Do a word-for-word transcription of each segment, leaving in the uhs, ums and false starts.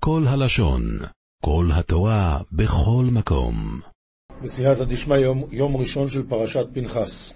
כל הלשון, כל התורה, בכל מקום. בסייעתא דשמיא, יום, יום ראשון של פרשת פנחס.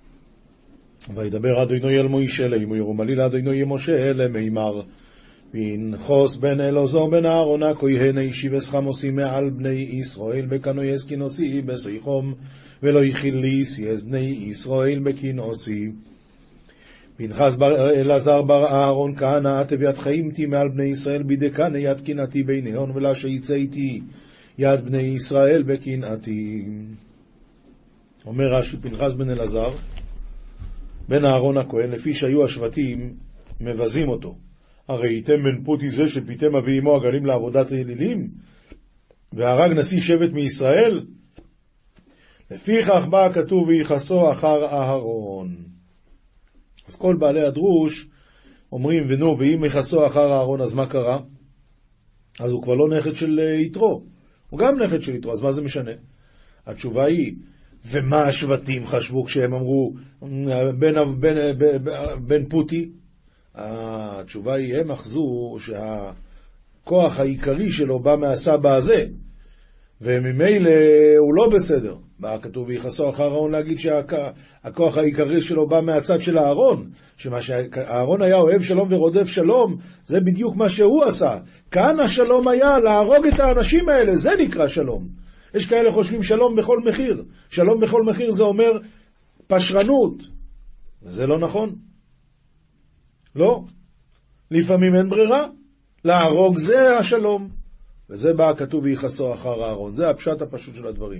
וידבר אדוני אל מוישה לאמור, ירומלי לאדוני משה למימר, פנחס בן אלעזר בן אהרון הכהן הישיבס חמוסי מעל בני ישראל בקנויס כינוסי בשיחום, ולא יכיליס יש בני ישראל בכינוסי. פנחס בר אלעזר בר אהרון כהנא תביעת חיימתי מעל בני ישראל בדקנה יד קנאתי ביניהון, ולה שיצאתי יד בני ישראל בקנאתי. אומר רש"י, פנחס בן אלעזר בן אהרון הכהן, לפי שהיו השבטים מבזים אותו, הרי ייתם בן פוטי זה שפיתם אבי אמו הגלים לעבודת אלילים, והרג נשיא שבט מישראל, לפיכך בא הכתוב ויחסו אחר אהרון. אז כל בעלי הדרוש אומרים, ונו, ואם יחסו אחר אהרון, אז מה קרה? אז הוא כבר לא נכד של יתרו, הוא גם נכד של יתרו, אז מה זה משנה? התשובה היא, ומה השבטים חשבו כשהם אמרו בן, בן, בן, בן פוטי? התשובה היא, הם אחזו שהכוח העיקרי שלו בא מהסבא הזה, וממילא הוא לא בסדר. בא כתוב ויחסו אחר אהרון להגיד שהכוח העיקרי שלו בא מהצד של הארון, שמה שהארון היה אוהב שלום ורודף שלום, זה בדיוק מה שהוא עשה. כאן השלום היה להרוג את האנשים האלה, זה נקרא שלום. יש כאלה חושבים שלום בכל מחיר. שלום בכל מחיר זה אומר פשרנות. זה לא נכון. לא. לפעמים אין ברירה. להרוג זה השלום. וזה בא כתוב ויחסו אחר אהרון. זה הפשט הפשוט של הדברים.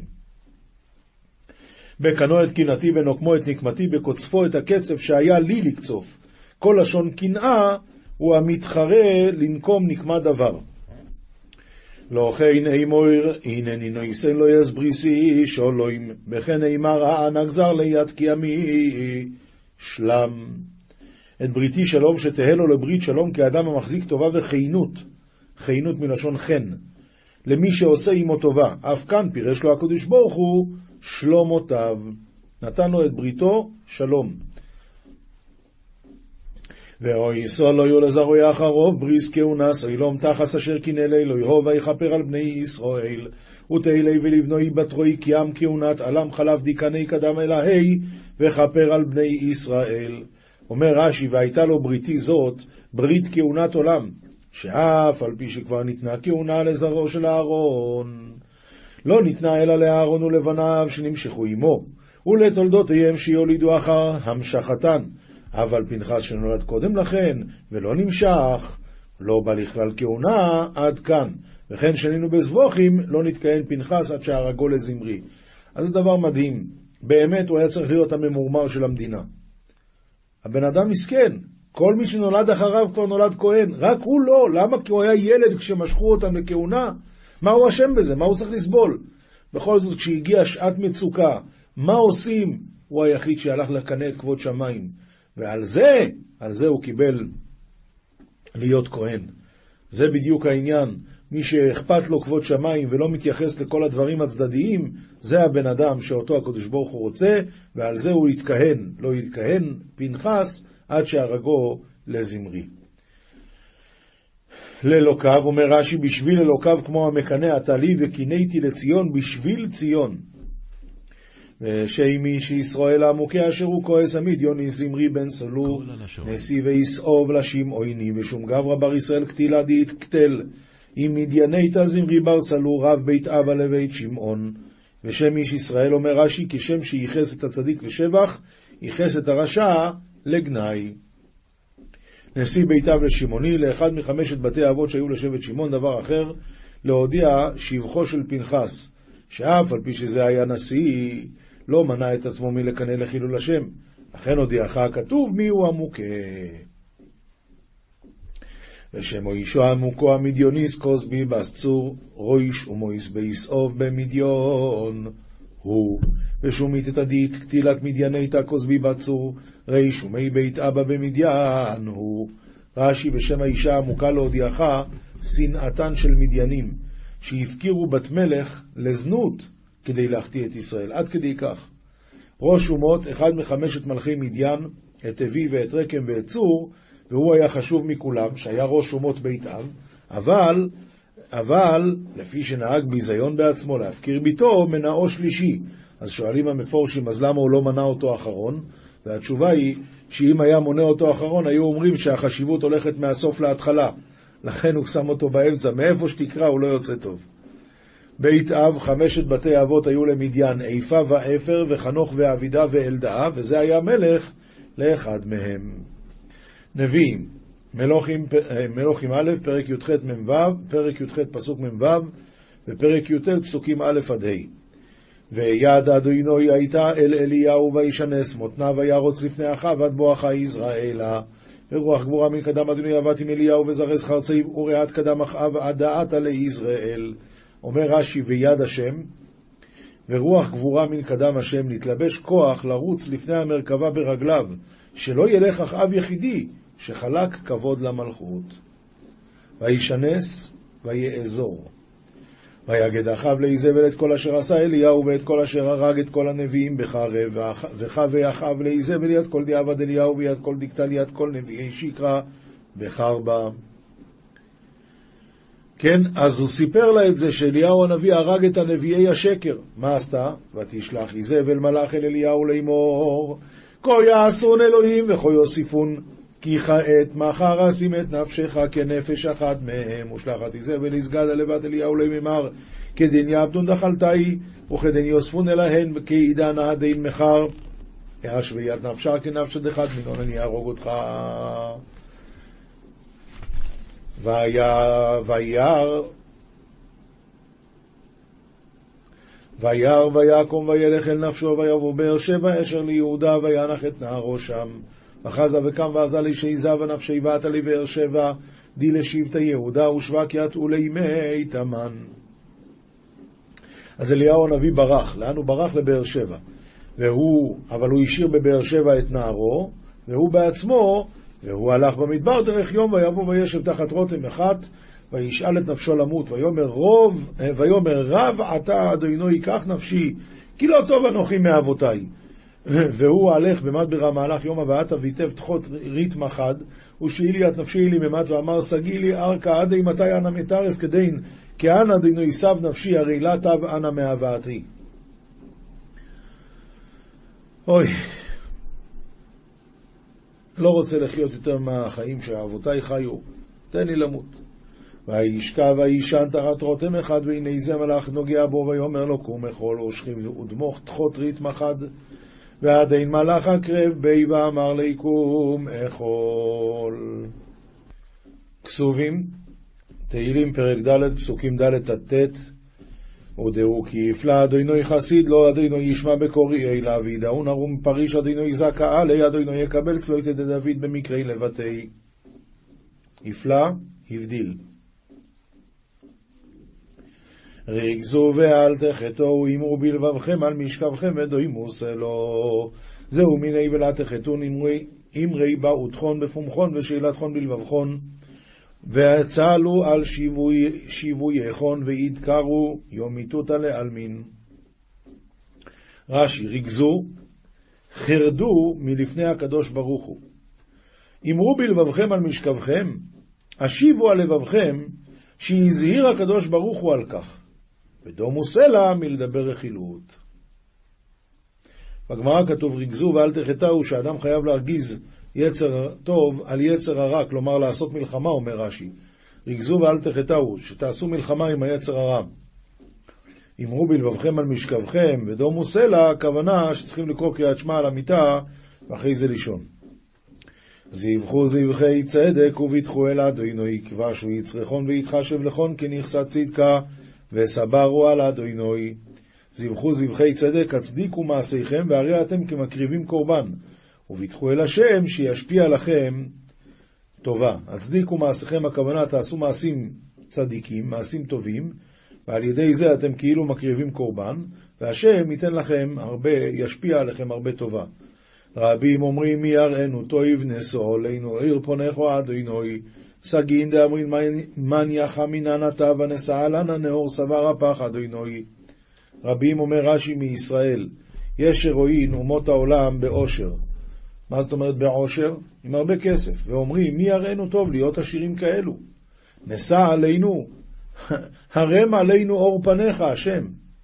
בקנו את קנאתי בנוקמו את נקמתי, בקוצפו את הקצף שהיה לי לקצוף. כל לשון קנאה הוא המתחרה לנקום נקמה דבר. לא כן אימור, הנני נויסן לא יסבריסי שולוים, בכן אימר הנגזר ליד קיימי שלם. את בריתי שלום שתהה לו לברית שלום כאדם המחזיק טובה וחיינות, חיינות מלשון חן, למי שעושה עמו טובה. אף כאן פירש לו הקדוש ברוך הוא שלומותיו, נתן לו את בריתו שלום. ואוי ישראל לא יהיו לזרוי אחרוב בריס כהונס אילום תחס אשר כנאלי לא יהוב ויחפר על בני ישראל ותהילי ולבנוי בתרוי קיים כהונת עלם חלב דיקני קדם אלהי וחפר על בני ישראל. אומר רש"י, והייתה לו בריתי זאת ברית כהונת עולם, שאף על פי שכבר ניתנה כהונה לזרעו של אהרון, לא ניתנה אלא לאהרון ולבניו שנמשכו עמו ולתולדותיהם שיולידו אחר המשכתן. אבל פנחס שנולד קודם לכן ולא נמשך, לא בא לכלל כהונה עד כאן. וכן שנינו בזבוכים, לא נתקהן פנחס עד שהרגו לזמרי. אז זה דבר מדהים. באמת הוא היה צריך להיות הממורמר של המדינה. הבן אדם מסכן. כל מי שנולד אחריו כבר נולד כהן. רק הוא לא. למה? כי הוא היה ילד כשמשכו אותם לכהונה. מה הוא אשם בזה? מה הוא צריך לסבול? בכל זאת, כשהגיעה שעת מצוקה, מה עושים? הוא היחיד שהלך לקנה את כבוד שמיים. ועל זה, על זה הוא קיבל להיות כהן. זה בדיוק העניין. מי שאכפת לו כבוד שמיים ולא מתייחס לכל הדברים הצדדיים, זה הבן אדם שאותו הקדוש ברוך הוא רוצה, ועל זה הוא יתכהן. לא יתכהן פנחס עד שהרגו לזמרי. לאלוקיו, אומר רש"י, בשביל אלוקיו כמו המקנה אתה לי וקינאתי לציון בשביל ציון. ושאימי שישראל העמוקי אשר הוא כועס המדיוני זמרי בן סלור נשיא ויסעוב לשים עויני ושום גברא בר ישראל קטילה דית קטל עם מדייני זמרי בר סלור רב בית אבא לבית שמעון. ושם איש ישראל, אומר רש"י, כשם שייחס את הצדיק לשבח ייחס את הרשע לגנאי. נשיא בית אב לשמעוני, לאחד מחמשת בתי אבות שהיו לשבט שמעון. דבר אחר, להודיע שבחו של פנחס, שאף על פי שזה היה נשיא, לא מנע את עצמו מלקנא לחילול השם. לכן הודיעך הכתוב מי הוא המוכה. ושמו אישו המוקו המדיוניס קוסבי בסצור רויש ומויס ביסעוב במדיון הוא. ושומית את הדית קטילת מדייני קוסבי בצור ריש ומי בית אבא במדיין הוא. רש"י, בשם האישה המוקה להודיעך שנאתן של מדיינים שהפקירו בת מלך לזנות כדי להחטיא את ישראל. עד כדי כך. ראש אומות, אחד מחמשת מלכי מדיין, את אבי ואת רקם ואת צור, והוא היה חשוב מכולם, שהיה ראש אומות בית אב, אבל אבל לפי שנהג ביזיון בעצמו להפקיר ביתו, מנעו שלישי. אז שואלים המפורשים, אז למה הוא לא מנע אותו אחרון? והתשובה היא שאם היה מונה אותו אחרון, היו אומרים שהחשיבות הולכת מהסוף להתחלה. לכן הוא שם אותו באמצע. מאיפה שתקרא הוא לא יוצא טוב. בית אב, חמשת בתי אבות היו למדיין, איפה ואפר וחנוך ועבידה ואלדאה, וזה היה מלך לאחד מהם. נביאים, מלוכים, מלוכים א', פרק י"ח מ"ו, פרק י"ח פסוק מ"ו, ופרק י"ט פסוקים א' עד ה'. ויד אדוני הייתה אל אליהו וישנס מותנה וירוץ לפני אחיו עד בואכה יזרעאלה. ורוח גבורה מן קדם אדוני עבד עם אליהו וזרז חרצי ורעת קדם אחאב עד דעתה ליזרעאל. אומר רש"י ויד השם, ורוח גבורה מן קדם השם, להתלבש כוח לרוץ לפני המרכבה ברגליו, שלא ילך אחאב יחידי, שחלק כבוד למלכות. וישנס ויאזור. ויגד אחאב לאיזבל את כל אשר עשה אליהו ואת כל אשר הרג את כל הנביאים בחרב, וחווה אחאב לאיזבל יד כל דיעבד אליהו ויד כל דקטל יד כל נביאי שקרא בחרבה. כן, אז הוא סיפר לה את זה שאליהו הנביא הרג את הנביאי השקר. מה עשתה? ותשלח איזבל מלאך אל אליהו לאמור, כה יעשון אלוהים וכה יוסיפון, כי כעת מחר אשים את נפשך כנפש אחת מהם. ושלחת איזבל יסגדה לבת אליהו לאמר, כדין יעבדון דחלתאי וכדין יוספון אליהן כעידן הדין מחר, השווה יד נפשה כנפש דחת מנון אני ארוג אותך. וירא וירא ויקום וילך אל נפשו ויבוא באר שבע אשר ליהודה וינח את נערו שם. וחזה וקם ועזה לאישי זב הנפשי ואת עלי באר שבע די לשבט יהודה ושבע כי יתעו לימי תמן. אז אליהו הנביא ברח. לאן הוא ברח? לבאר שבע. והוא, אבל הוא השאיר בבאר שבע את נערו, והוא בעצמו, והוא הלך במדבר דרך יום ויבוא וישב תחת רותם אחת וישאל את נפשו למות. ויאמר רוב ויאמר רב עתה אדוני ייקח נפשי כי לא טוב אנוכי מאבותיי. והוא הלך במדבר מהלך יום הבאת ויטב תחות רית מחד ושאילי את נפשי לי ממט ואמר סגי לי ארכה עדי מתי אנה מטרף כדין כי אנה אדוני יסב נפשי הרי לה תב אנה מאבאתי. אוי, לא רוצה לחיות יותר מהחיים שאבותיי חיו, תן לי למות. וישכב וישן תחת רותם אחד והנה זה מלאך נוגע בו ויאמר לו קום אכול ושכיב ודמוך תחות רית מחד ועדין מלאך הקרב בי ואמר לי קום אכול. כסובים תהילים פרק ד' פסוקים ד' עד ט'. ודאו כי יפלא אדוני חסיד לו אדוני ישמע בקוראי אליו וידעו נרום פריש אדוני זכה עלי אדוני יקבל צלוית דוד במקרי לבתי. יפלא הבדיל. ריגזו ואל תחתו אמרו בלבבכם על משכבכם ודוימוס אלו. זהו מיני ולה תחתון אמרי באו תחון בפומחון ושאלת חון בלבבכון והצלו על שיווי, שיווי יחון וידקרו יומיתותה לאלמין. רש"י ריגזו חרדו מלפני הקדוש ברוך הוא. אמרו בלבבכם על משכבכם השיבו על לבבכם שהזהיר הקדוש ברוך הוא על כך ודומו סלע מלדבר רכילות. בגמרא כתוב ריגזו ואל תחתהו שאדם חייב להרגיז יצר טוב על יצר הרע, כלומר לעשות מלחמה, אומר רש"י. ריגזו ואל תחתהו, שתעשו מלחמה עם היצר הרע. אמרו בלבבכם על משכבכם ודומו סלע, הכוונה שצריכים לקרוא קריאת שמע על המיטה ואחרי זה לישון. זיבחו זיבחי צדק וביטחו אל אדוני כבשו יצרכון ויתחשב לכון כנכסה צדקה וסברו על אדוני. זיבחו זיבחי צדק הצדיקו מעשיכם והרי אתם כמקריבים קורבן וביטחו אל השם שישפיע לכם טובה. הצדיקו מעשיכם, הכוונה תעשו מעשים צדיקים, מעשים טובים, ועל ידי זה אתם כאילו מקריבים קורבן, והשם ייתן לכם הרבה, ישפיע עליכם הרבה טובה. רבים אומרים מי יראנו טויב נשוא עלינו עיר פונכו אדוני סגין דאמרין מן יחמינן אתה ונשאה לנה נאור סבר הפח אדוני. רבים אומר רש"י מישראל יש שרואים אומות העולם באושר. מה זאת אומרת בעושר? עם הרבה כסף. ואומרים, מי יראינו טוב להיות עשירים כאלו? נשא עלינו, הרם עלינו אור פניך, השם.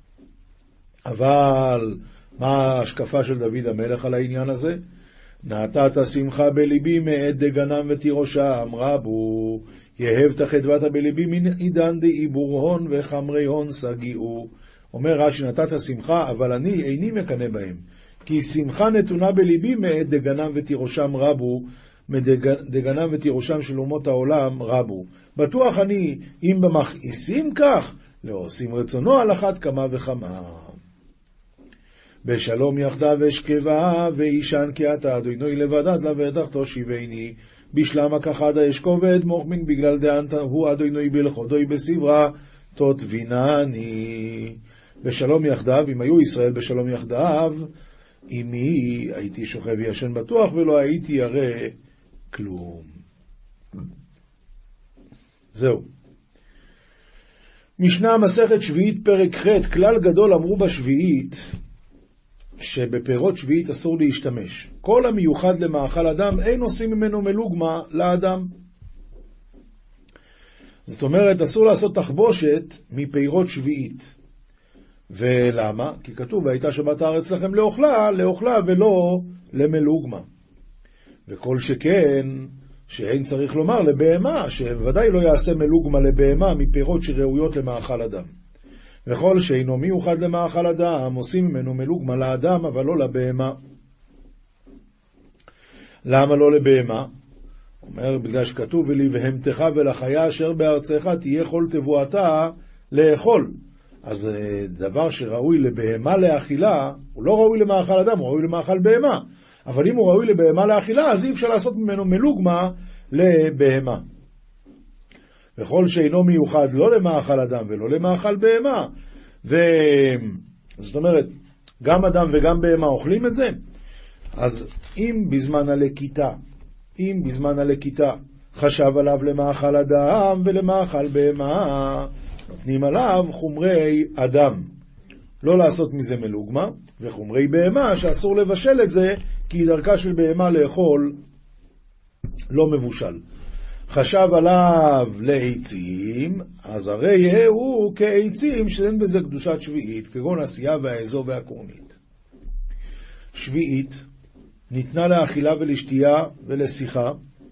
אבל מה ההשקפה של דוד המלך על העניין הזה? נתת שמחה בליבי מעת דגנם ותירושם רבו, יהב תחדבת בליבי מן עידן דעיבור הון וחמרי הון סגיעו. אומר רש"י, נתת שמחה, אבל אני איני מקנא בהם, כי שמחה נתונה בליבי מעת דגנם ותירושם רבו, מדגנם ותירושם של אומות העולם רבו. בטוח אני, אם במכעיסים כך, לא עושים רצונו על אחת כמה וכמה. בשלום יחדיו אשכבה, ואישן כי אתה אדוני לבדד לבטח תושיבני. בשלמה כחדה אשכוב ואדמוך מן בגלל דענת הוא אדוני בלכודוי בסברה תותבינני. בשלום יחדיו, אם היו ישראל בשלום יחדיו, עמי הייתי שוכב ישן בטוח ולא הייתי ירא כלום. זהו. משנה מסכת שביעית פרק ח', כלל גדול אמרו בשביעית שבפירות שביעית אסור להשתמש. כל המיוחד למאכל אדם אין עושים ממנו מלוגמה לאדם. זאת אומרת, אסור לעשות תחבושת מפירות שביעית. ולמה? כי כתוב, והייתה שבת הארץ לכם לאוכלה, לאוכלה ולא למלוגמה. וכל שכן, שאין צריך לומר לבהמה, שבוודאי לא יעשה מלוגמה לבהמה מפירות שראויות למאכל אדם. וכל שאינו מיוחד למאכל אדם, עושים ממנו מלוגמה לאדם, אבל לא לבהמה. למה לא לבהמה? אומר, בגלל שכתוב, ולבהמתך ולחיה אשר בארצך תהיה כל תבואתה לאכול. אז דבר שראוי לבהמה לאכילה, הוא לא ראוי למאכל אדם, הוא ראוי למאכל בהמה. אבל אם הוא ראוי לבהמה לאכילה, אז אי אפשר לעשות ממנו מלוגמה לבהמה. וכל שאינו מיוחד לא למאכל אדם ולא למאכל בהמה. וזאת אומרת, גם אדם וגם בהמה אוכלים את זה. אז אם בזמן הלקיטה, אם בזמן הלקיטה חשב עליו למאכל אדם ולמאכל בהמה, נותנים עליו חומרי אדם, לא לעשות מזה מלוגמה, וחומרי בהמה שאסור לבשל את זה, כי דרכה של בהמה לאכול לא מבושל. חשב עליו לעצים, אז הרי הוא כעצים שאין בזה קדושת שביעית, כגון עשייה והאזור והקורנית. שביעית ניתנה לאכילה ולשתייה ולשיחה,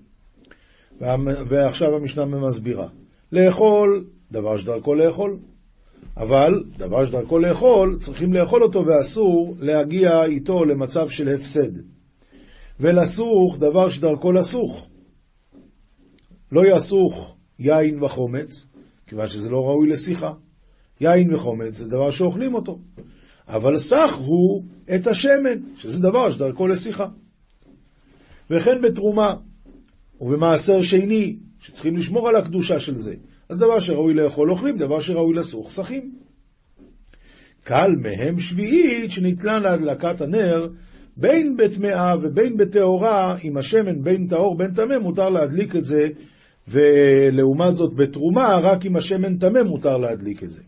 ועכשיו המשנה מסבירה. לאכול, דבר שדרכו לאכול, אבל דבר שדרכו לאכול, צריכים לאכול אותו ואסור להגיע איתו למצב של הפסד. ולסוך, דבר שדרכו לסוך. לא יסוך יין וחומץ, כיוון שזה לא ראוי לשיחה. יין וחומץ זה דבר שאוכלים אותו. אבל סך הוא את השמן, שזה דבר שדרכו לשיחה. וכן בתרומה ובמעשר שני, שצריכים לשמור על הקדושה של זה. אז דבר שראוי לאכול אוכלים, דבר שראוי לסוך שכים. קל מהם שביעית שניתנה להדלקת הנר, בין בטמאה ובין בטהורה, עם השמן בין טהור בין טמא מותר להדליק את זה, ולעומת זאת בתרומה רק עם השמן טמא מותר להדליק את זה.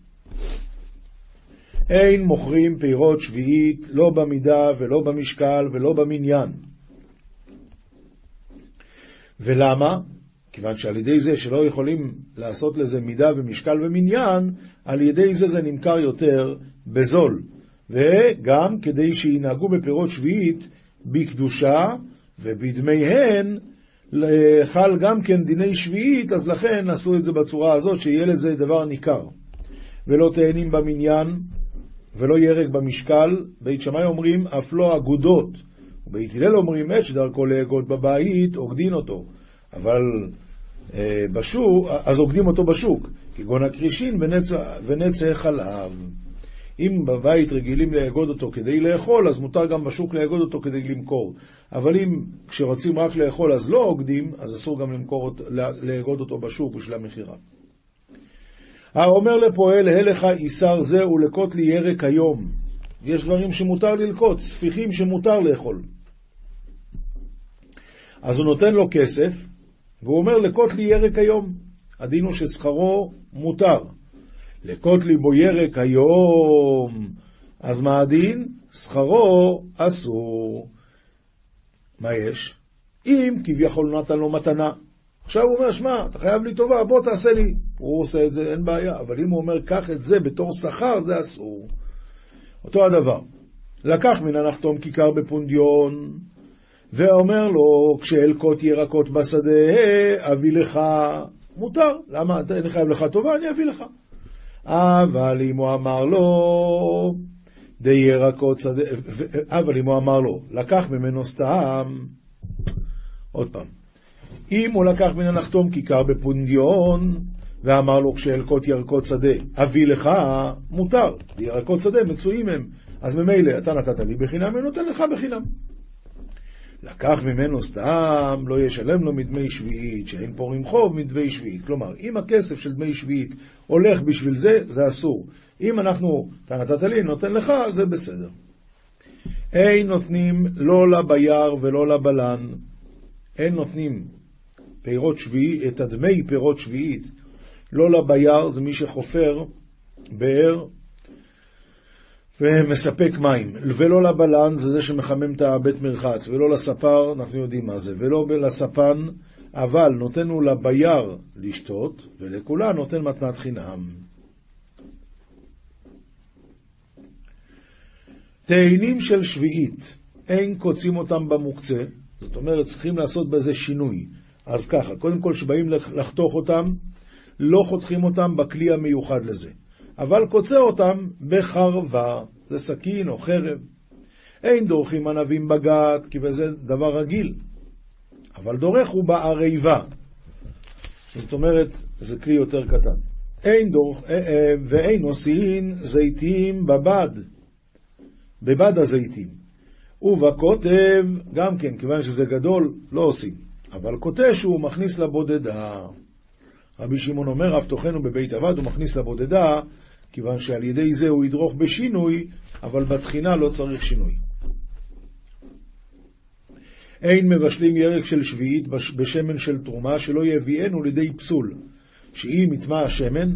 אין מוכרים פירות שביעית לא במידה ולא במשקל ולא במניין. ולמה? כיוון שעל ידי זה שלא יכולים לעשות לזה מידה ומשקל ומניין, על ידי זה זה נמכר יותר בזול. וגם כדי שינהגו בפירות שביעית בקדושה ובדמיהן, חל גם כן דיני שביעית, אז לכן עשו את זה בצורה הזאת, שיהיה לזה דבר ניכר. ולא תאנים במניין, ולא ירק במשקל. בית שמאי אומרים, אף לא אגודות. ובית הלל אומרים, את שדרכו לאגוד בבית, עוגדין אותו. אבל אה, בשוק, אז עוגדים אותו בשוק, כגון הקרישין ונצע, ונצע חלב. אם בבית רגילים לאגוד אותו כדי לאכול, אז מותר גם בשוק לאגוד אותו כדי למכור. אבל אם כשרוצים רק לאכול אז לא עוגדים, אז אסור גם למכור, לאגוד אותו בשוק בשביל המחירה. האומר לפועל, הלך איסר זה ולקוט לי ירק היום. יש דברים שמותר ללקוט, ספיחים שמותר לאכול. אז הוא נותן לו כסף, והוא אומר לקוט לי ירק היום. הדין הוא ששכרו מותר. לקוט לי בו ירק היום, אז מה הדין? שכרו אסור. מה יש? אם כביכול נתן לו מתנה, עכשיו הוא אומר, שמע, אתה חייב לי טובה, בוא תעשה לי. הוא עושה את זה, אין בעיה. אבל אם הוא אומר, קח את זה בתור שכר, זה אסור. אותו הדבר. לקח מן הנחתום כיכר בפונדיון, ואומר לו, כשאלקות ירקות בשדה, אביא לך, מותר. למה? אני חייב לך טובה, אני אביא לך. אבל אם הוא אמר לו, די ירקות שדה, אבל אם הוא אמר לו, לקח ממנו סתם, עוד פעם, אם הוא לקח מן הנחתום כיכר בפונדיון, ואמר לו, כשאלקות ירקות שדה, אביא לך, מותר. ירקות שדה מצויים הם. אז ממילא, אתה נתת לי בחינם, אני נותן לך בחינם. לקח ממנו סתם, לא ישלם לו מדמי שביעית, שאין פורים חוב מדמי שביעית. כלומר, אם הכסף של דמי שביעית הולך בשביל זה, זה אסור. אם אנחנו, אתה נתת לי, נותן לך, זה בסדר. אין נותנים לא לבייר ולא לבלן. אין נותנים פירות שביעית, את הדמי פירות שביעית. לא לבייר, זה מי שחופר באר ומספק מים, ולא לבלן, זה זה שמחמם את הבית מרחץ, ולא לספר, אנחנו יודעים מה זה, ולא לספן, אבל נותנו לבייר לשתות, ולכולה נותן מתנת חינם. תאנים של שביעית, אין קוצים אותם במוקצה, זאת אומרת, צריכים לעשות בזה שינוי. אז ככה, קודם כל שבאים לחתוך אותם, לא חותכים אותם בכלי המיוחד לזה. אבל קוצה אותם בחרבה, זה סכין או חרב. אין דורכים ענבים בגת, כי זה דבר רגיל. אבל דורך הוא בעריבה. זאת אומרת, זה כלי יותר קטן. אין דורך, ואין עושים זיתים בבד, בבד הזיתים. ובכותב, גם כן, כיוון שזה גדול, לא עושים. אבל כותב שהוא מכניס לבודדה. רבי שמעון אומר, אף תוכנו בבית עבד, הוא מכניס לבודדה, כיוון שעל ידי זה הוא ידרוך בשינוי, אבל בתחינה לא צריך שינוי. אין מבשלים ירק של שביעית בשמן של תרומה, שלא יביאנו לידי פסול, שאם יטמע השמן,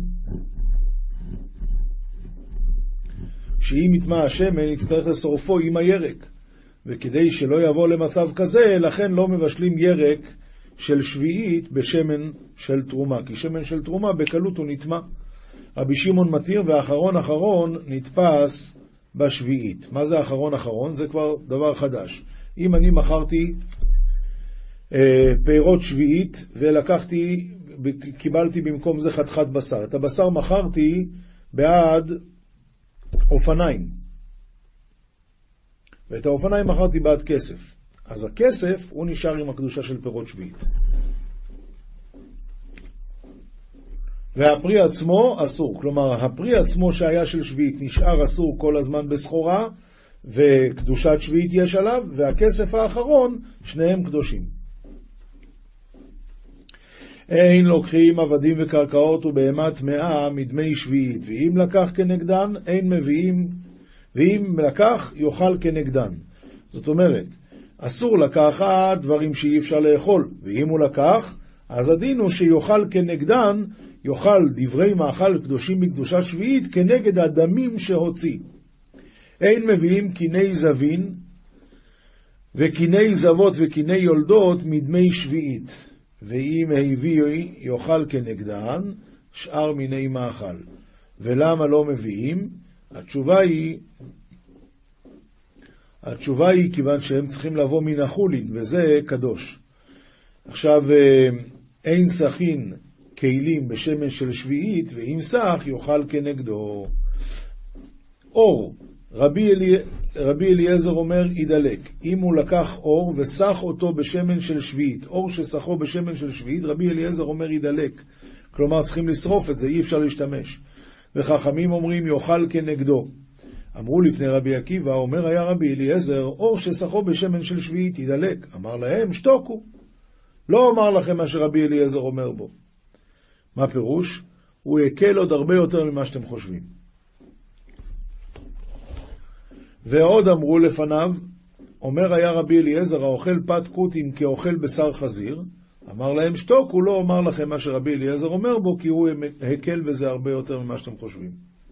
שאם יטמע השמן יצטרך לשרופו עם הירק, וכדי שלא יבוא למצב כזה, לכן לא מבשלים ירק של שביעית בשמן של תרומה, כי שמן של תרומה בקלות הוא נטמע. רבי שמעון מתיר, ואחרון אחרון נתפס בשביעית. מה זה אחרון אחרון? זה כבר דבר חדש. אם אני מכרתי אה, פירות שביעית ולקחתי, קיבלתי במקום זה חתיכת בשר. את הבשר מכרתי בעד אופניים. ואת האופניים מכרתי בעד כסף. אז הכסף הוא נשאר עם הקדושה של פירות שביעית. והפרי עצמו אסור. כלומר, הפרי עצמו שהיה של שביעית נשאר אסור כל הזמן בסחורה, וקדושת שביעית יש עליו, והכסף האחרון, שניהם קדושים. אין לוקחים עבדים וקרקעות ובהמת מאה מדמי שביעית, ואם לקח כנגדן, אין מביאים, ואם לקח, יאכל כנגדן. זאת אומרת, אסור לקחת דברים שאי אפשר לאכול, ואם הוא לקח, אז הדין הוא שיוכל כנגדן, יאכל דברי מאכל קדושים בקדושת שביעית כנגד הדמים שהוציא. אין מביאים קיני זבין וקיני זבות וקיני יולדות מדמי שביעית, ואם הביא יאכל כנגדן שאר מיני מאכל. ולמה לא מביאים? התשובה היא התשובה היא כיוון שהם צריכים לבוא מן החולין, וזה קדוש. עכשיו, אין סכין כלים בשמן של שביעית, ואם סך יאכל כנגדו. אור, רבי, אלי, רבי אליעזר אומר ידלק. אם הוא לקח אור וסך אותו בשמן של שביעית, אור שסחו בשמן של שביעית, רבי אליעזר אומר ידלק. כלומר, צריכים לשרוף את זה, אי אפשר להשתמש. וחכמים אומרים יאכל כנגדו. אמרו לפני רבי עקיבא, אומר היה רבי אליעזר, אור שסחו בשמן של שביעית ידלק. אמר להם, שתוקו. לא אומר לכם מה שרבי אליעזר אומר בו. מה פירוש? הוא יקל עוד הרבה יותר ממה שאתם חושבים. ועוד אמרו לפניו, אומר היה רבי אליעזר, האוכל פת קוטין כאוכל בשר חזיר. אמר להם, שתוקו, לא אומר לכם מה שרבי אליעזר אומר בו, כי הוא יקל וזה הרבה יותר ממה שאתם חושבים.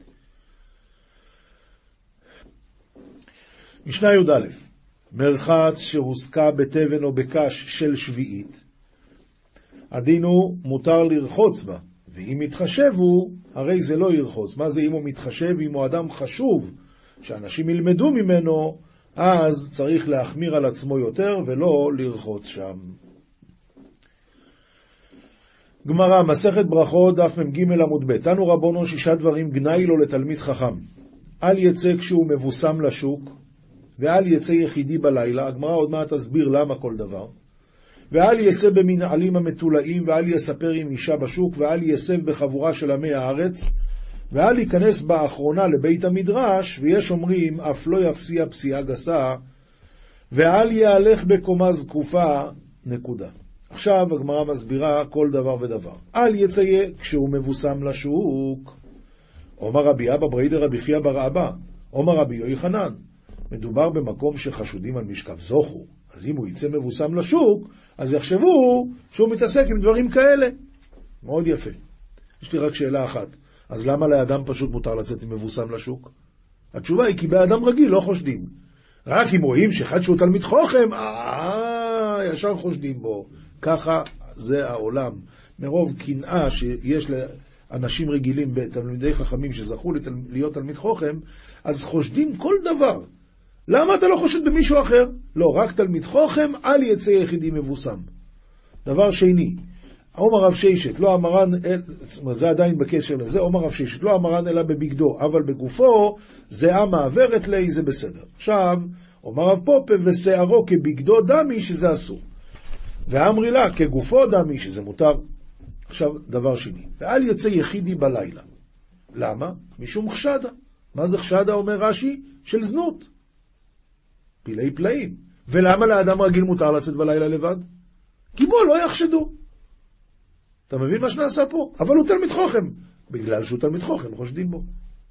משנה י"א, מרחץ שהוסקה בתבן או בקש של שביעית, הדין הוא מותר לרחוץ בה, ואם מתחשבו, הרי זה לא ירחוץ. מה זה אם הוא מתחשב? אם הוא אדם חשוב, שאנשים ילמדו ממנו, אז צריך להחמיר על עצמו יותר ולא לרחוץ שם. גמרא, מסכת ברכות, דף מ"ג עמוד ב'. תנו רבונו שישה דברים גנאי לו לתלמיד חכם. אל יצא כשהוא מבוסם לשוק, ואל יצא יחידי בלילה. הגמרא עוד מעט תסביר למה כל דבר. ואל יצא במנעלים המתולעים, ואל יספר עם אישה בשוק, ואל יסב בחבורה של עמי הארץ, ואל ייכנס באחרונה לבית המדרש, ויש אומרים אף לא יפסיע פסיעה גסה, ואל יהלך בקומה זקופה, נקודה. עכשיו הגמרא מסבירה כל דבר ודבר. אל יצא כשהוא מבוסם לשוק. אומר רבי אבא ברי דרבי חייא בר אבא, אומר רבי יוחנן, מדובר במקום שחשודים על משכב זוכו, אז אם הוא יצא מבוסם לשוק, אז יחשבו שהוא מתעסק עם דברים כאלה. מאוד יפה. יש לי רק שאלה אחת. אז למה לאדם פשוט מותר לצאת עם מבוסם לשוק? התשובה היא כי באדם רגיל לא חושדים. רק אם רואים שאחד שהוא תלמיד חוכם, אה, ישר חושדים בו. ככה זה העולם. מרוב קנאה שיש לאנשים רגילים בתלמידי חכמים שזכו להיות תלמיד חוכם, אז חושדים כל דבר. למה אתה לא חושד במישהו אחר? לא, רק תלמיד חוכם, אל יצא יחידי מבוסם. דבר שני, אומר רב ששת, לא אמרן, זה עדיין בקשר לזה, אומר רב ששת, לא אמרן אלא בבגדו, אבל בגופו, זהה מעברת לי, זה בסדר. עכשיו, אומר רב פופה, ושערו כבגדו דמי, שזה אסור. ואמרי לה, כגופו דמי, שזה מותר. עכשיו, דבר שני, ואל יצא יחידי בלילה. למה? משום חשדה. מה זה חשדה, אומר רש"י? של זנות. פילי פלאים. ולמה לאדם רגיל מותר לצאת בלילה לבד? כי בו לא יחשדו. אתה מבין מה שנעשה פה? אבל הוא תלמיד חוכם. בגלל שהוא תלמיד חוכם, חושדים בו.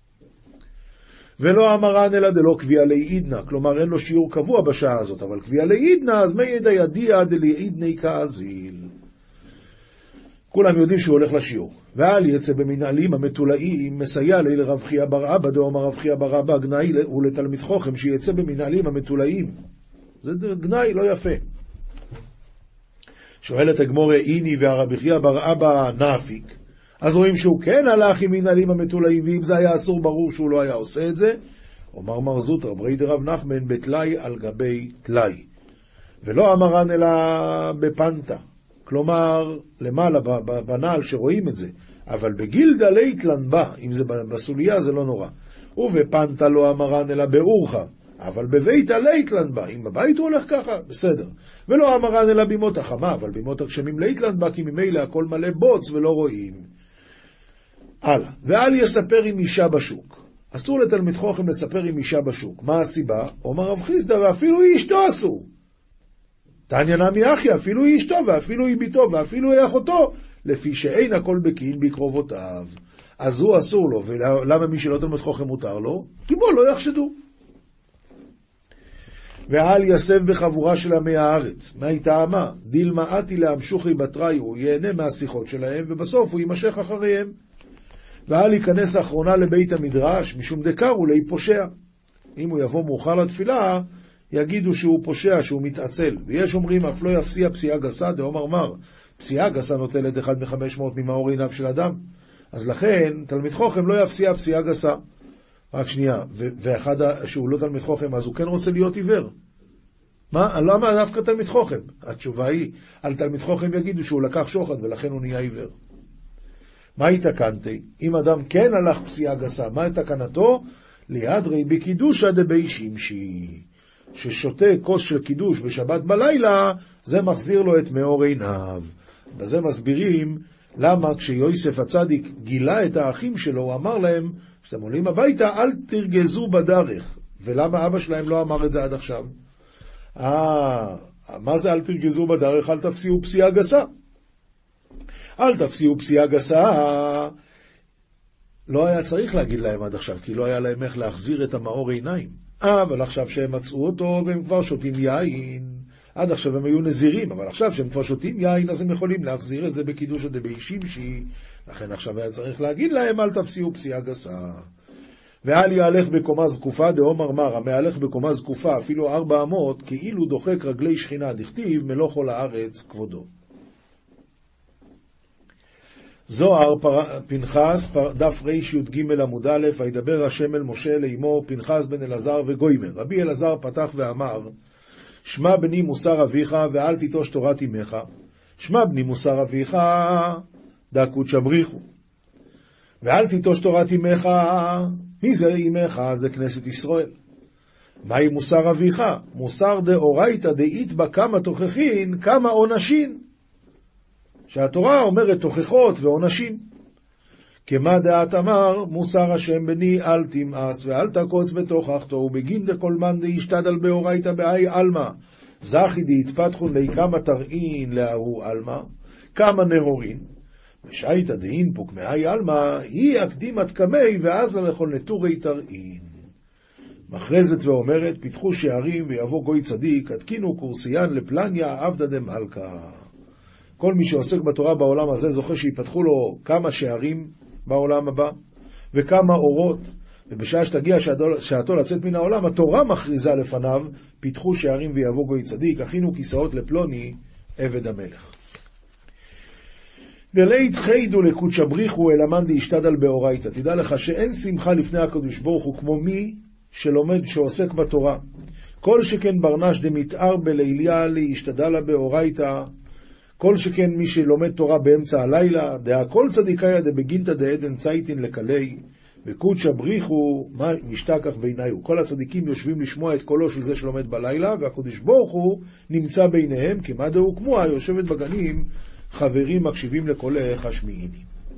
ולא אמרן אלא דלא קביעה לעידנה, כלומר אין לו שיעור קבוע בשעה הזאת, אבל קביעה לעידנה, אז מי ידע ידיע דלעידני כאזיל. כולם יודעים שהוא הולך לשיעור. ואל יצא במנהלים המתולעים, מסייע לי לרב חייא בר אבא, דאמר רב חייא בר אבא, גנאי הוא לתלמיד חוכם, שיצא במנהלים המתולעים. זה גנאי לא יפה. שואלת הגמורה, איני והרב חייא בר אבא נאפיק. אז רואים שהוא כן הלך עם מנהלים המתולעים, ואם זה היה אסור ברור שהוא לא היה עושה את זה. אומר מר זוטרא ברי דרב נחמן בתלאי על גבי תלאי. ולא אמרן אלא בפנטה. כלומר, למעלה בנעל שרואים את זה. אבל בגילדה ליטלן בא, אם זה בסוליה זה לא נורא. ובפנטה לא אמרן אלא באורחה. אבל בבית הליטלן בא, אם בבית הוא הולך ככה, בסדר. ולא אמרן אלא בימות החמה, אבל בימות הגשמים ליטלן בא, כי ממילא הכל מלא בוץ ולא רואים. הלאה. ואל יספר עם אישה בשוק. אסור לתלמיד חוכם לספר עם אישה בשוק. מה הסיבה? אומר רב חיסדא, ואפילו היא אשתו אסור. תניא נמי אחי, אפילו היא אשתו, ואפילו היא ביתו, ואפילו היא אחותו, לפי שאין הכל בקין בקרובותיו. אז הוא אסור לו, ולמה מי שלא תלמיד חוכם מותר לו? כי בו לא יחשדו. ואל יסב בחבורה של עמי הארץ. מה היא טעמה? דילמאתי להמשוכי בתראי, הוא ייהנה מהשיחות שלהם, ובסוף הוא יימשך אחריהם. ואל ייכנס האחרונה לבית המדרש, משום דקר הוא לי פושע. אם הוא יבוא מאוחר לתפילה, יגידו שהוא פושע, שהוא מתעצל. ויש אומרים, אף לא יפסיע פסיעה גסה, דאמר מר, פסיעה גסה נוטלת אחד מחמש מאות ממאור עיניו של אדם. אז לכן, תלמיד חוכם לא יפסיע פסיעה גסה. רק שנייה, ו- ואחד שהוא לא תלמיד חוכם, אז הוא כן רוצה להיות עיוור. מה? למה דווקא תלמיד חוכם? התשובה היא, על תלמיד חוכם יגידו שהוא לקח שוחד, ולכן הוא נהיה עיוור. מה היא תקנתי? אם אדם כן הלך פסיעה גסה, מה היא תקנתו? לידרי בקידושה דבי שימשי. ששותה כוס של קידוש בשבת בלילה, זה מחזיר לו את מאור עיניו. בזה מסבירים למה כשיוסף הצדיק גילה את האחים שלו, הוא אמר להם, כשאתם עולים הביתה, אל תרגזו בדרך. ולמה אבא שלהם לא אמר את זה עד עכשיו? אה, מה זה אל תרגזו בדרך? אל תפסיעו פסיעה גסה. אל תפסיעו פסיעה גסה. לא היה צריך להגיד להם עד עכשיו, כי לא היה להם איך להחזיר את המאור עיניים. אה, אבל עכשיו שהם מצאו אותו והם כבר שותים יין. עד עכשיו הם היו נזירים, אבל עכשיו שהם כבר שותים יין, אז הם יכולים להחזיר את זה בקידוש דבי שימשי. לכן עכשיו היה צריך להגיד להם, אל תפסיעו פסיעה גסה. ואל יהלך בקומה זקופה, דאמר מר, המהלך בקומה זקופה, אפילו ארבע אמות, כאילו דוחק רגלי שכינה, דכתיב מלוא כל הארץ כבודו. זוהר פנחס, דף רי"ג עמוד א', וידבר השם אל משה לאמור, פנחס בן אלעזר וגוימר. רבי אלעזר פתח ואמר, שמע בני מוסר אביך ואל תיטוש תורת אמך. שמע בני מוסר אביך דא קודשא בריחו. ואל תיטוש תורת אמך. מי זה אמך? זה כנסת ישראל. מהי מוסר אביך? מוסר דאורייתא דאית בה כמה תוכחין כמה עונשין. שהתורה אומרת תוכחות ועונשים. כמה דעת אמר, מוסר השם בני אל תמאס ואל תקוץ בתוכחתו, ובגין דכל מאן דאישתדל באורייתא באי עלמא. זכי דהתפתחון לי כמה תרעין להוא עלמא, כמה נהורין. ושייתא דאינפוק מאי עלמא, היא הקדימת קמי ואז לה לכל נטורי תרעין. מחרזת ואומרת, פיתחו שערים ויבוא גוי צדיק, התקינו קורסיין לפלניה עבדא דמלכה. כל מי שעוסק בתורה בעולם הזה זוכה שיפתחו לו כמה שערים בעולם הבא, וכמה אורות, ובשעה שתגיע שעתו לצאת מן העולם, התורה מכריזה לפניו, פיתחו שערים ויבוא גוי צדיק, הכינו כיסאות לפלוני, עבד המלך. דלית חיידו לקודשא בריחו אלא מאן דאישתדל באורייתא. תדע לך שאין שמחה לפני הקדוש ברוך הוא כמו מי שלומד, שעוסק בתורה. כל שכן ברנש דמתאר בליליה להשתדלה באורייתא, כל שכן מי שלומד תורה באמצע הלילה, דהכל צדיקאיה דבגינתא דעדן צייתין לקלי, וקודשא בריחו משתכח בעיניו. כל הצדיקים יושבים לשמוע את קולו של זה שלומד בלילה, והקדוש ברוך הוא נמצא ביניהם, כמה דהו כמוה יושבת בגנים, חברים מקשיבים לקולך השמיעיני.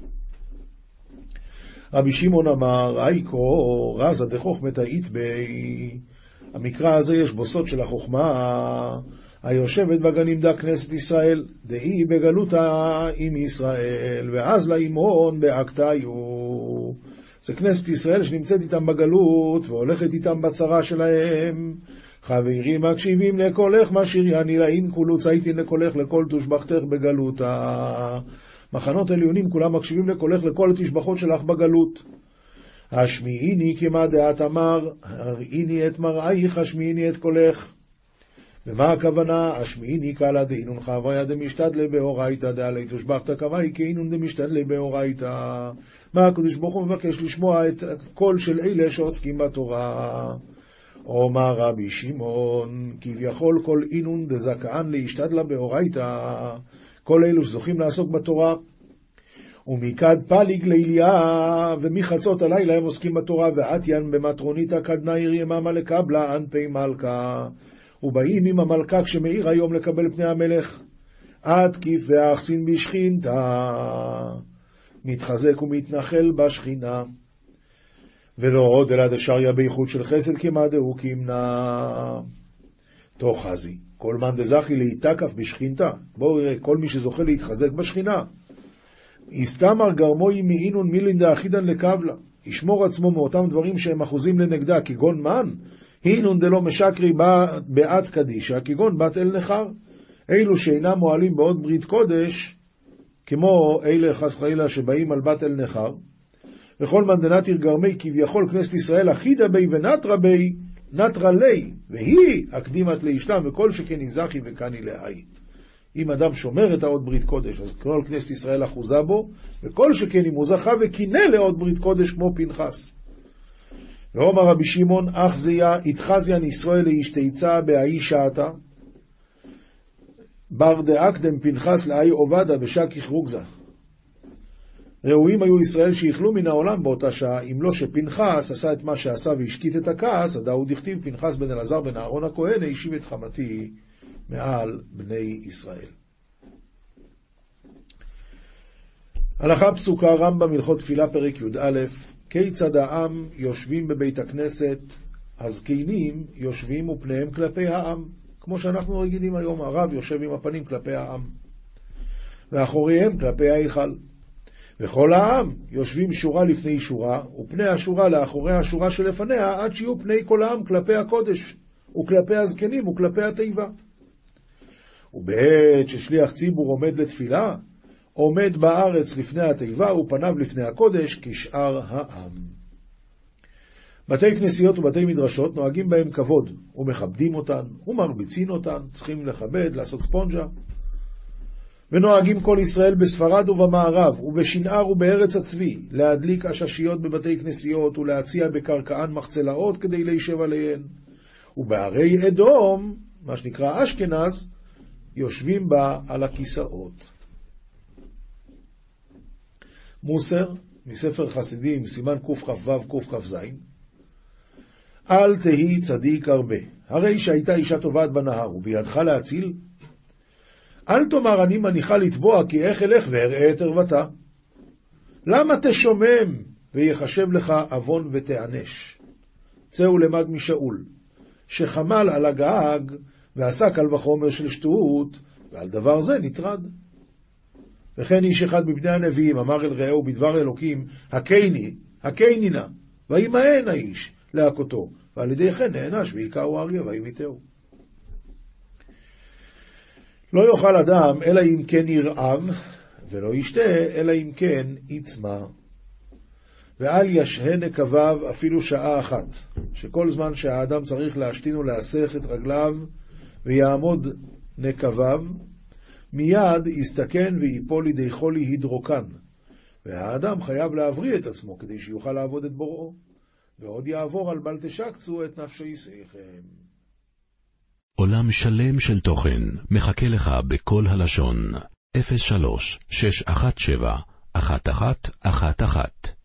רבי שמעון אמר, אייקו רזה דחוכמתא איתבי. המקרא הזה יש בו סוד של החוכמה, היושבת בגנים דה כנסת ישראל, דהי בגלותה עם ישראל, ואז לאימון באקתיו. זה כנסת ישראל שנמצאת איתם בגלות, והולכת איתם בצרה שלהם. חברים מקשיבים לקולך משיריאני לעין כולו צייתין לקולך לכל תושבחתך בגלותה. מחנות עליונים כולם מקשיבים לקולך לכל התשבחות שלך בגלות. השמיעיני כמה דעת אמר, הראיני את מראייך, השמיעיני את קולך. ומה הכוונה? השמיעיני קלה דאינון חוויה דמשתדלי באורייתא, דעלי תושבחתא קוואי כאינון דמשתדלי באורייתא. מה הקדוש ברוך הוא מבקש? לשמוע את הקול של אלה שעוסקים בתורה. אומר רבי שמעון, כביכול כל אינון דזכאן להשתדלה באורייתא, כל אלו שזוכים לעסוק בתורה. ומקד פליג ליליה, ומחצות הלילה הם עוסקים בתורה, ועתיין במטרוניתא קדנאיר יממה לקבלה אנפי מלכה. ובאים עם המלכה כשמאיר היום לקבל פני המלך. עד כיף ואחסין בשכינתה, מתחזק ומתנחל בשכינה. ולא עוד אלא דשריה בייחוד של חסד כמה דהו כימנה. תוך חזי, כל מאן דזכי להתקף בשכינתה. בואו נראה, כל מי שזוכה להתחזק בשכינה. הסתמר גרמוי מאינון מילין דאחידן לקבלה. ישמור עצמו מאותם דברים שהם אחוזים לנגדה, כגון מן, הינון דלא משקרי בעת קדישה, כגון בת אל נחר. אילו שאינם מועלים בעוד ברית קודש, כמו אלה חס וחלילה שבאים על בת אל נחר. וכל מנדנתיר גרמי כביכול כנסת ישראל אחידה בי ונטרה בי נטרה לי, והיא הקדימת לאשתם, וכל שכן יזכי וכני להי. אם אדם שומר את העוד ברית קודש, אז כל כנסת ישראל אחוזה בו, וכל שכן אם הוא זכה וכינה לעוד ברית קודש כמו פנחס. ואומר רבי שמעון, אך זיה התחזיין ישראל להשתיצה בהאי שעתה, בר דאקדם פנחס להאי עובדה בשקיך רוגזה. ראויים היו ישראל שיכלו מן העולם באותה שעה, אם לא שפנחס עשה את מה שעשה והשקיט את הכעס, הדאו דכתיב פנחס בן אלעזר בן אהרון הכהן הישיב את חמתי מעל בני ישראל. הלכה פסוקה רמב"ם הלכות תפילה פרק י"א, כיצד העם יושבים בבית הכנסת, הזקנים יושבים ופניהם כלפי העם, כמו שאנחנו רגילים היום, הרב יושב עם הפנים כלפי העם, ואחוריהם כלפי ההיכל. וכל העם יושבים שורה לפני שורה, ופני השורה לאחורי השורה שלפניה, עד שיהיו פני כל העם כלפי הקודש, וכלפי הזקנים וכלפי התיבה. ובעת ששליח ציבור עומד לתפילה, עומד בארץ לפני התיבה ופניו לפני הקודש כשאר העם. בתי כנסיות ובתי מדרשות נוהגים בהם כבוד, ומכבדים אותן, ומרביצים אותן, צריכים לכבד, לעשות ספונג'ה. ונוהגים כל ישראל בספרד ובמערב, ובשנער ובארץ הצבי, להדליק עששיות בבתי כנסיות, ולהציע בקרקען מחצלאות כדי להישב עליהן. ובערי אדום, מה שנקרא אשכנז, יושבים בה על הכיסאות. מוסר, מספר חסידים, סימן קכ"ו קכ"ז, אל תהי צדיק הרבה, הרי שהייתה אישה טובעת בנהר, ובידך להציל? אל תאמר אני מניחה לטבוע, כי איך אלך ואראה את ערוותה. למה תשומם ויחשב לך אבון ותענש? צאו למד משאול, שחמל על הגג ועשה קל וחומר של שטות, ועל דבר זה נטרד. וכן איש אחד מבני הנביאים אמר אל רעהו בדבר אלוקים, הקייני, הקייני נא, וימאן האיש להכותו, ועל ידי כן נענש ויקעו אריה וימיתהו. לא יאכל אדם אלא אם כן ירעב, ולא ישתה אלא אם כן יצמא. ואל ישהה נקביו אפילו שעה אחת, שכל זמן שהאדם צריך להשתין ולהסך את רגליו ויעמוד נקביו, מיד יסתכן ויפול לידי חולי הידרוקן, והאדם חייב להבריא את עצמו כדי שיוכל לעבוד את בוראו, ועוד יעבור על בל תשקצו את נפשי שיכם. עולם שלם של תוכן מחכה לך בכל הלשון. אפס שלוש שש אחת שבע אחת אחת אחת אחת